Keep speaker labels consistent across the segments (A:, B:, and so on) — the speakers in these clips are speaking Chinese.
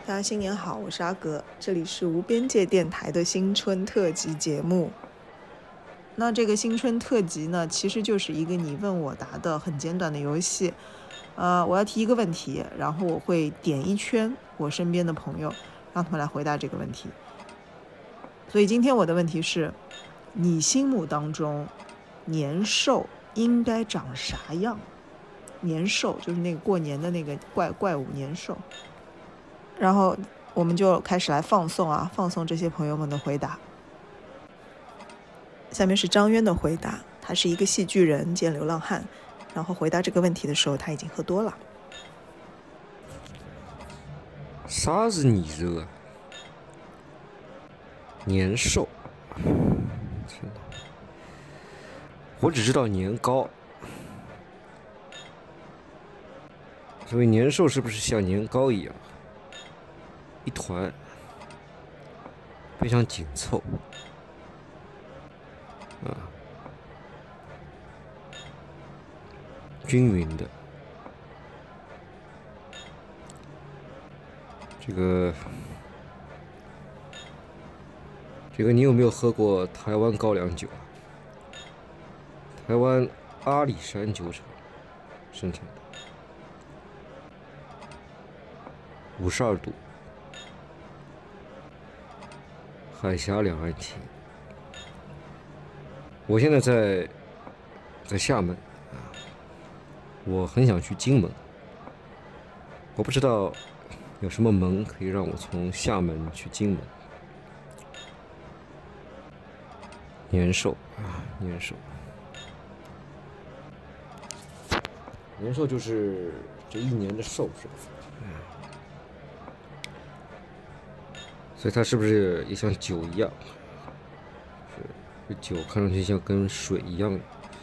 A: 大家新年好，我是阿格，这里是无边界电台的新春特辑节目。那这个新春特辑呢，其实就是一个你问我答的很简短的游戏。我要提一个问题，然后我会点一圈我身边的朋友，让他们来回答这个问题。所以今天我的问题是，你心目当中年兽应该长啥样？年兽就是那个过年的那个怪物年兽。然后我们就开始来放送这些朋友们的回答。下面是张渊的回答，他是一个戏剧人兼流浪汉，然后回答这个问题的时候他已经喝多了。
B: 啥是年兽啊？年兽，我只知道年糕。所以年兽是不是像年糕一样，一团，非常紧凑均匀的。这个你有没有喝过台湾高粱酒啊？台湾阿里山酒厂生产的，52度，海峡两岸停。我现在在厦门我很想去金门，我不知道有什么门可以让我从厦门去金门。年兽就是这一年的寿，是吧？所以它是不是也像酒一样？这酒看上去像跟水一样，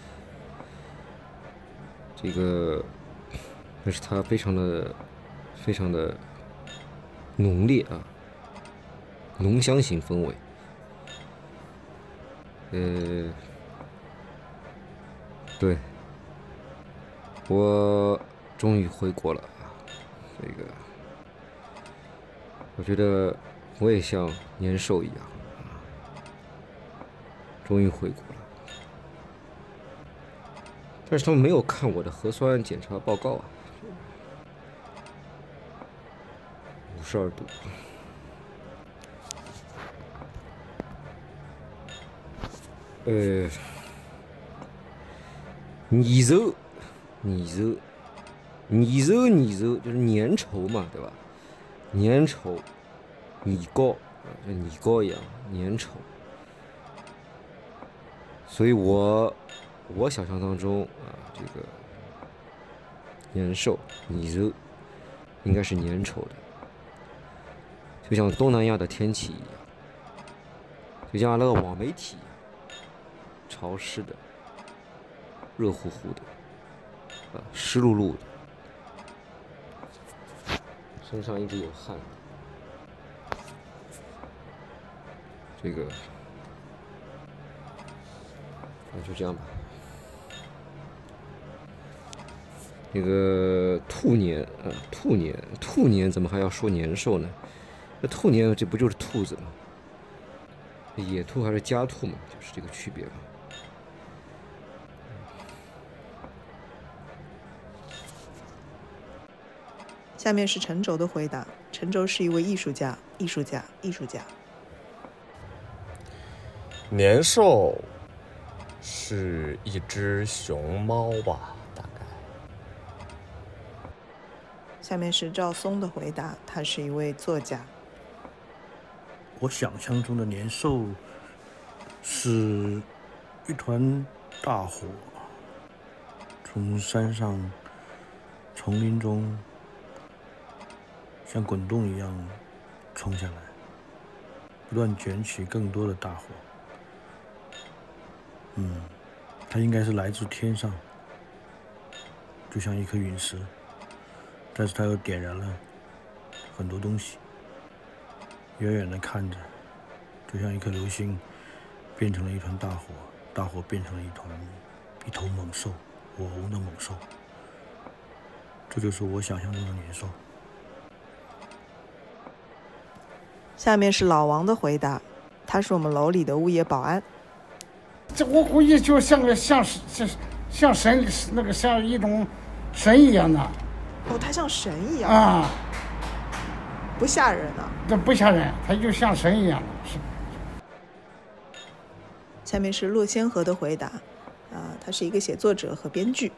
B: 但是它非常的浓烈啊，浓香型风味。对，我终于回国了。我觉得我也像年兽一样，终于回国了。但是他们没有看我的核酸检查报告啊，52度。年兽就是粘稠嘛，对吧？粘稠，年糕，像年糕一样粘稠。所以我想象当中这个年兽应该是粘稠的，就像东南亚的天气一样，就像那个网媒体一样，潮湿的，热乎乎的，湿漉漉的，身上一直有汗。那就这样吧。那个兔年怎么还要说年兽呢？那兔年这不就是兔子吗？野兔还是家兔嘛，就是这个区别嘛。
A: 下面是陈轴的回答，陈轴是一位艺术家。
C: 年兽是一只熊猫吧，大概。
A: 下面是赵松的回答，他是一位作家。
D: 我想象中的年兽是一团大火从山上丛林中像滚动一样冲下来，不断卷起更多的大火。它应该是来自天上，就像一颗陨石，但是它又点燃了很多东西，远远的看着就像一颗流星变成了一团大火，大火变成了一头猛兽，火红的猛兽。这就是我想象中的年兽。
A: 下面是老王的回答，他是我们楼里的物业保安。
E: 这我估计就像神那个像一种神一样的。
A: 哦，他像神一样
E: 啊，
A: 不吓人啊？
E: 这不吓人，他就像神一样的。是。
A: 下面是骆先河的回答，他是一个写作者和编剧。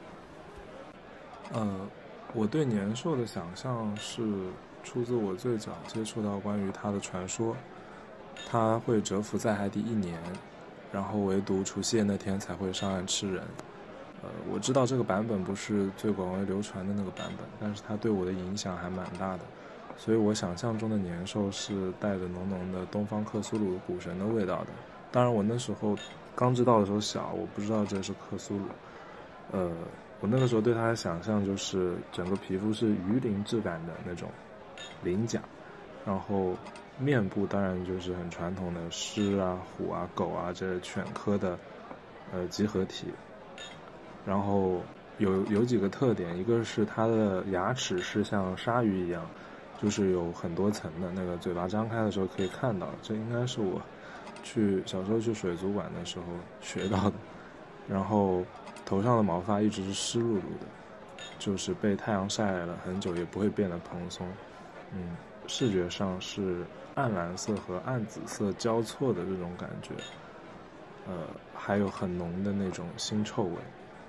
F: 我对年兽的想象是出自我最早接触到关于它的传说，它会蛰伏在海底1年，然后唯独除夕夜那天才会上岸吃人。我知道这个版本不是最广为流传的那个版本，但是它对我的影响还蛮大的，所以我想象中的年兽是带着浓浓的东方克苏鲁古神的味道的。当然我那时候刚知道的时候小，我不知道这是克苏鲁。我那个时候对它的想象就是整个皮肤是鱼鳞质感的那种鳞甲，然后面部当然就是很传统的狮啊、虎啊、狗啊这犬科的集合体。然后有几个特点，一个是它的牙齿是像鲨鱼一样，就是有很多层的，那个嘴巴张开的时候可以看到，这应该是我小时候去水族馆的时候学到的。然后头上的毛发一直是湿漉漉的，就是被太阳晒了很久也不会变得蓬松。视觉上是暗蓝色和暗紫色交错的这种感觉，还有很浓的那种腥臭味。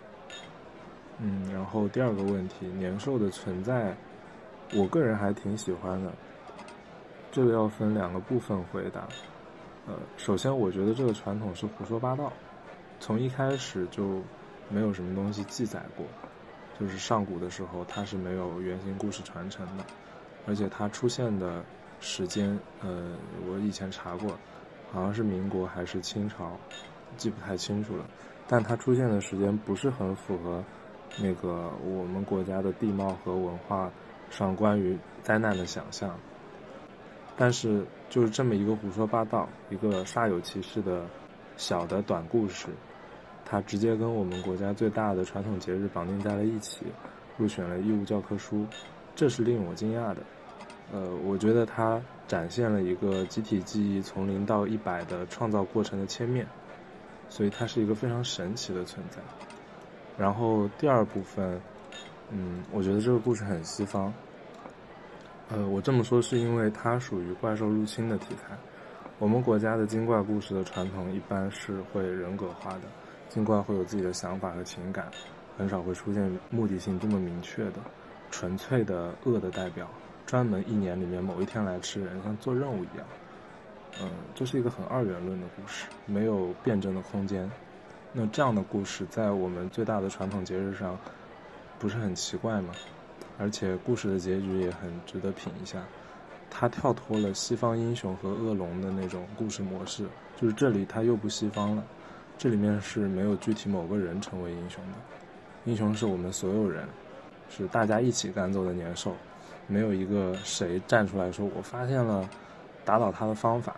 F: 然后第二个问题，年兽的存在我个人还挺喜欢的，这个要分2个部分回答。首先我觉得这个传统是胡说八道，从一开始就没有什么东西记载过，就是上古的时候它是没有原型故事传承的，而且它出现的时间我以前查过，好像是民国还是清朝，记不太清楚了，但它出现的时间不是很符合那个我们国家的地貌和文化上关于灾难的想象。但是就是这么一个胡说八道，一个煞有其事的小的短故事，它直接跟我们国家最大的传统节日绑定在了一起，入选了义务教科书，这是令我惊讶的。我觉得它展现了一个集体记忆从0到100的创造过程的切面，所以它是一个非常神奇的存在。然后第二部分，我觉得这个故事很西方。我这么说是因为它属于怪兽入侵的题材。我们国家的精怪故事的传统一般是会人格化的，精怪会有自己的想法和情感，很少会出现目的性这么明确的纯粹的恶的代表，专门1年里面某一天来吃人，像做任务一样。这是一个很二元论的故事，没有辩证的空间。那这样的故事在我们最大的传统节日上不是很奇怪吗？而且故事的结局也很值得品一下，它跳脱了西方英雄和恶龙的那种故事模式，就是这里它又不西方了，这里面是没有具体某个人成为英雄的，英雄是我们所有人，是大家一起赶走的年兽，没有一个谁站出来说我发现了打倒他的方法。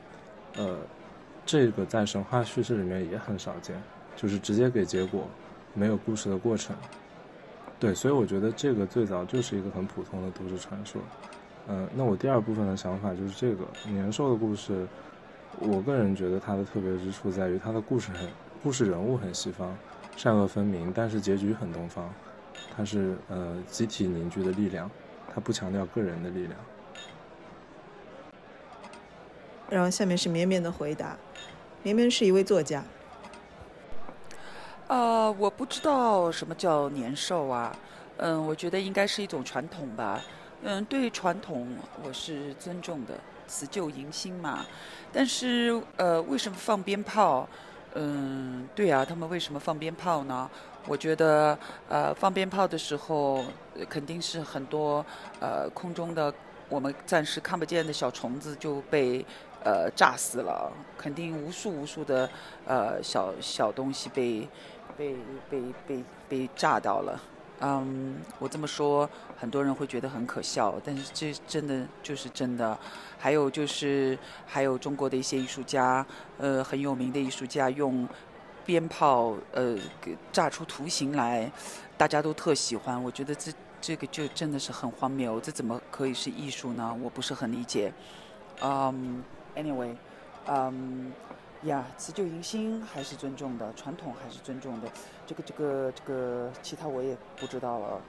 F: 这个在神话叙事里面也很少见，就是直接给结果，没有故事的过程。对，所以我觉得这个最早就是一个很普通的都市传说。那我第二部分的想法就是这个年兽的故事，我个人觉得它的特别之处在于它的故事人物很西方，善恶分明，但是结局很东方。它是集体凝聚的力量，它不强调个人的力量。
A: 然后下面是绵绵的回答。绵绵是一位作家。
G: 我不知道什么叫年兽啊，我觉得应该是一种传统吧。对传统我是尊重的，辞旧迎新嘛。但是为什么放鞭炮？对啊，他们为什么放鞭炮呢？我觉得放鞭炮的时候肯定是很多空中的我们暂时看不见的小虫子就被炸死了，肯定无数的小东西被炸到了。我这么说很多人会觉得很可笑，但是这真的就是真的。还有中国的一些艺术家，很有名的艺术家用鞭炮炸出图形来，大家都特喜欢。我觉得这个就真的是很荒谬，这怎么可以是艺术呢？我不是很理解。 ，anyway，辞旧迎新还是尊重的，传统还是尊重的，这个，其他我也不知道了。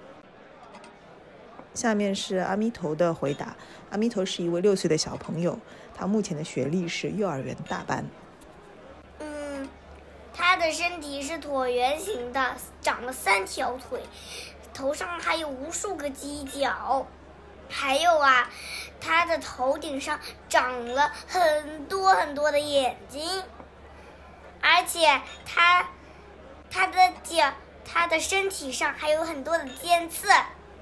A: 下面是阿弥陀的回答。阿弥陀是一位6岁的小朋友，他目前的学历是幼儿园大班。
H: 他的身体是椭圆形的，长了3条腿，头上还有无数个犄角，还有他的头顶上长了很多很多的眼睛，而且他的身体上还有很多的尖刺。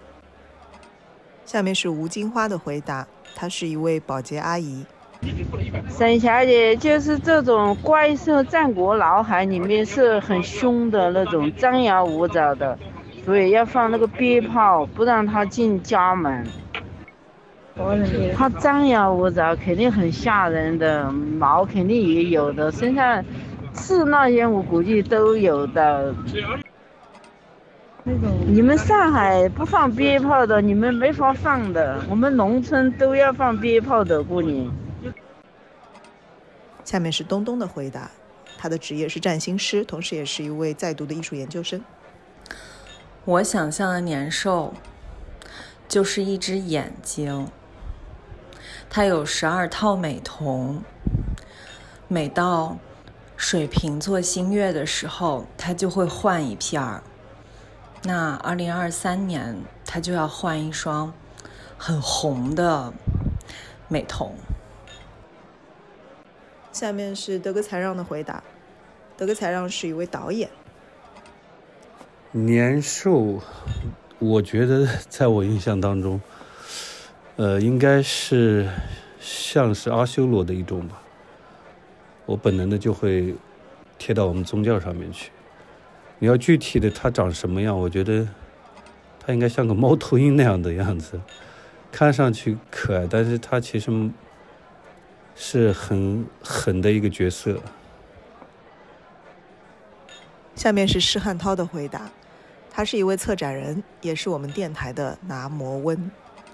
A: 下面是吴金花的回答，她是一位保洁阿姨。
I: 沈小姐，就是这种怪兽战国脑海里面是很凶的那种，张牙舞爪的，所以要放那个鞭炮，不让他进家门。他张牙舞爪，肯定很吓人的，毛肯定也有的，身上刺那些我估计都有的。你们上海不放鞭炮的，你们没法放的，我们农村都要放鞭炮的过年。
A: 下面是东东的回答，他的职业是占星师，同时也是一位在读的艺术研究生。
J: 我想象的年兽就是一只眼睛，它有12套美瞳，每到水瓶座新月的时候，它就会换一片儿。那2023年，它就要换一双很红的美瞳。
A: 下面是德格才让的回答。德格才让是一位导演。
D: 年兽，我觉得在我印象当中，应该是像是阿修罗的一种吧。我本能的就会贴到我们宗教上面去。你要具体的它长什么样，我觉得它应该像个猫头鹰那样的样子，看上去可爱，但是它其实是很狠的一个角色。
A: 下面是施汉涛的回答，他是一位策展人，也是我们电台的拿摩温。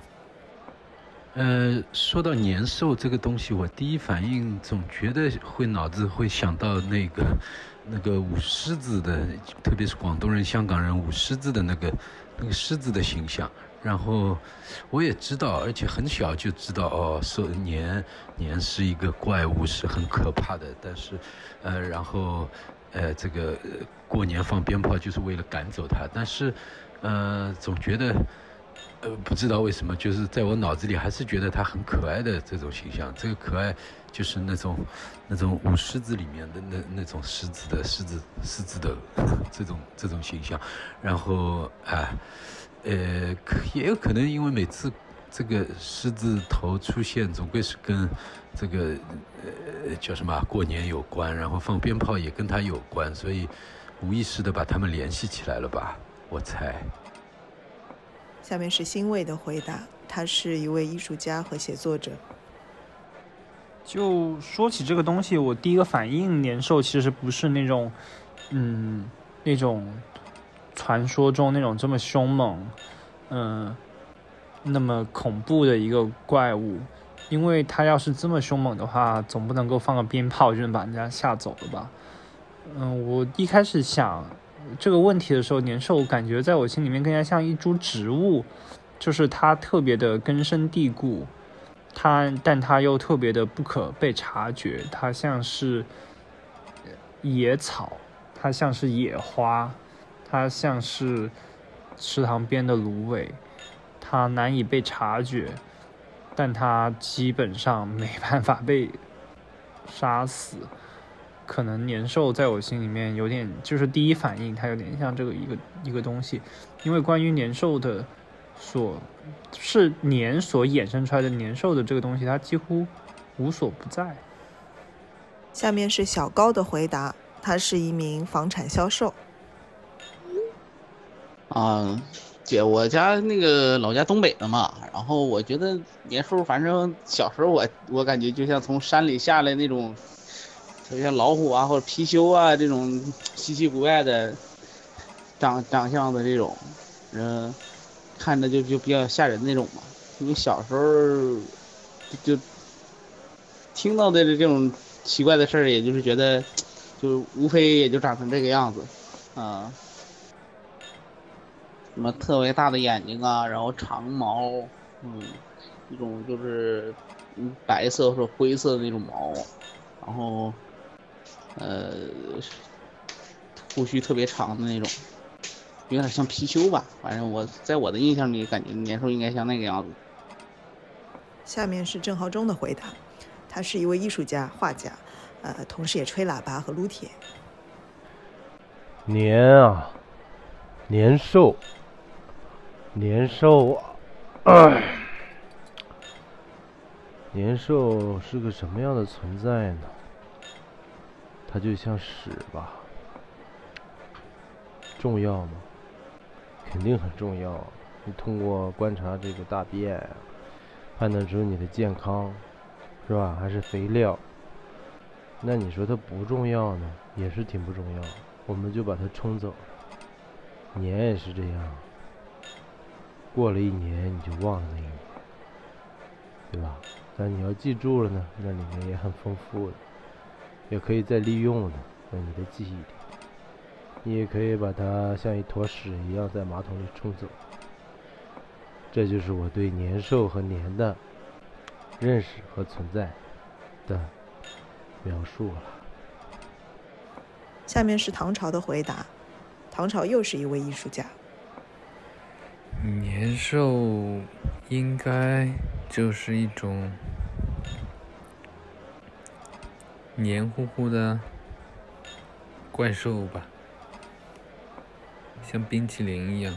K: 说到年兽这个东西，我第一反应总觉得脑子会想到那个舞狮子的，特别是广东人、香港人舞狮子的那个狮子的形象。然后我也知道，而且很小就知道说年是一个怪物，是很可怕的。但是然后这个过年放鞭炮就是为了赶走它。但是总觉得不知道为什么，就是在我脑子里还是觉得它很可爱的这种形象。这个可爱就是那种舞狮子里面的那种狮子的这种形象。然后也有可能因为每次这个狮子头出现，总归是跟这个叫什么过年有关，然后放鞭炮也跟它有关，所以无意识的把它们联系起来了吧，我猜。
A: 下面是欣慰的回答，他是一位艺术家和写作者。
L: 就说起这个东西，我第一个反应，年兽其实不是那种传说中那种这么凶猛，那么恐怖的一个怪物。因为他要是这么凶猛的话，总不能够放个鞭炮就能把人家吓走了吧。我一开始想这个问题的时候，年兽感觉在我心里面更加像一株植物，就是它特别的根深蒂固，但它又特别的不可被察觉，它像是野草，它像是野花，它像是池塘边的芦苇，它难以被察觉，但它基本上没办法被杀死。可能年兽在我心里面有点，就是第一反应它有点像这个一个东西。因为关于年兽的是年所衍生出来的年兽的这个东西，它几乎无所不在。
A: 下面是小高的回答，他是一名房产销售。
M: 姐，我家那个老家东北的嘛，然后我觉得年兽，反正小时候我感觉就像从山里下来那种，就像老虎啊或者貔貅啊这种稀奇古怪的长相的这种，看着就比较吓人那种嘛。因为小时候就听到的这种奇怪的事儿，也就是觉得，就无非也就长成这个样子，啊，什么特别大的眼睛啊，然后长毛，一种就是白色或者灰色的那种毛，然后胡须特别长的那种，有点像貔貅吧，反正在我的印象里感觉年兽应该像那个样子。
A: 下面是郑浩中的回答，他是一位艺术家、画家，同时也吹喇叭和撸铁。
N: 年啊，年兽啊，年兽是个什么样的存在呢？它就像屎吧，重要吗？肯定很重要。你通过观察这个大便，判断出你的健康，是吧？还是肥料？那你说它不重要呢？也是挺不重要。我们就把它冲走了。年也是这样，过了一年你就忘了那一年，对吧？但你要记住了呢，那里面也很丰富的，也可以再利用的，在你的记忆里。你也可以把它像一坨屎一样在马桶里冲走。这就是我对年兽和年的认识和存在的描述了。
A: 下面是唐朝的回答，唐朝又是一位艺术家。
O: 年兽应该就是一种黏糊糊的怪兽吧，像冰淇淋一样的。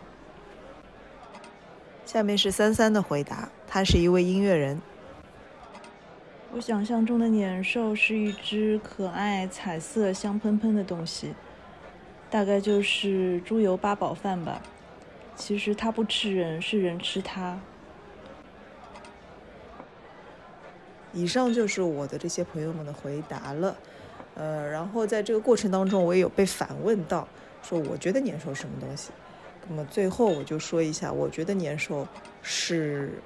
A: 下面是33的回答，他是一位音乐人。
P: 我想象中的年兽是一只可爱、彩色、香喷喷的东西，大概就是猪油八宝饭吧。其实它不吃人，是人吃它。
A: 以上就是我的这些朋友们的回答了。然后在这个过程当中，我也有被反问到，说我觉得年兽是什么东西。那么最后我就说一下，我觉得年兽是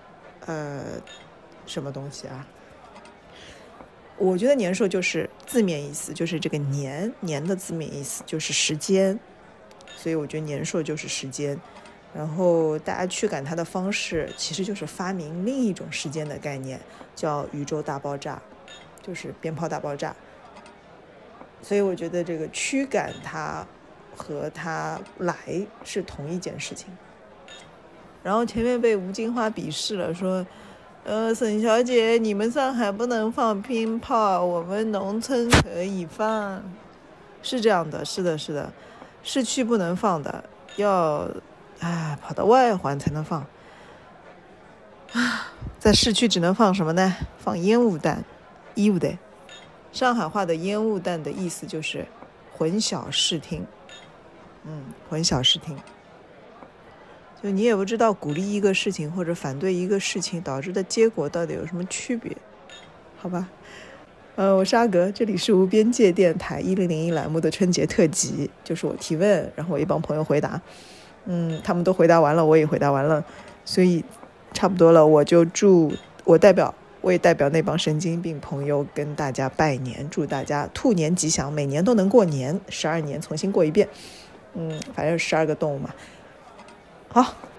A: 什么东西啊？我觉得年兽就是字面意思，就是这个年的字面意思就是时间，所以我觉得年兽就是时间。然后大家驱赶它的方式其实就是发明另一种时间的概念，叫宇宙大爆炸，就是鞭炮大爆炸。所以我觉得这个驱赶它和它来是同一件事情。然后前面被吴金花鄙视了，说沈小姐，你们上海不能放鞭炮，我们农村可以放。是这样的，是的，市区不能放的，要跑到外环才能放。在市区只能放什么呢？放烟雾弹，烟雾弹。上海话的烟雾弹的意思就是混淆视听。混淆视听。就你也不知道鼓励一个事情或者反对一个事情导致的结果到底有什么区别，好吧？我是阿格，这里是无边界电台1001栏目的春节特辑，就是我提问，然后我一帮朋友回答，他们都回答完了，我也回答完了，所以差不多了，我也代表那帮神经病朋友跟大家拜年，祝大家兔年吉祥，每年都能过年，12年重新过一遍，反正12个动物嘛。好，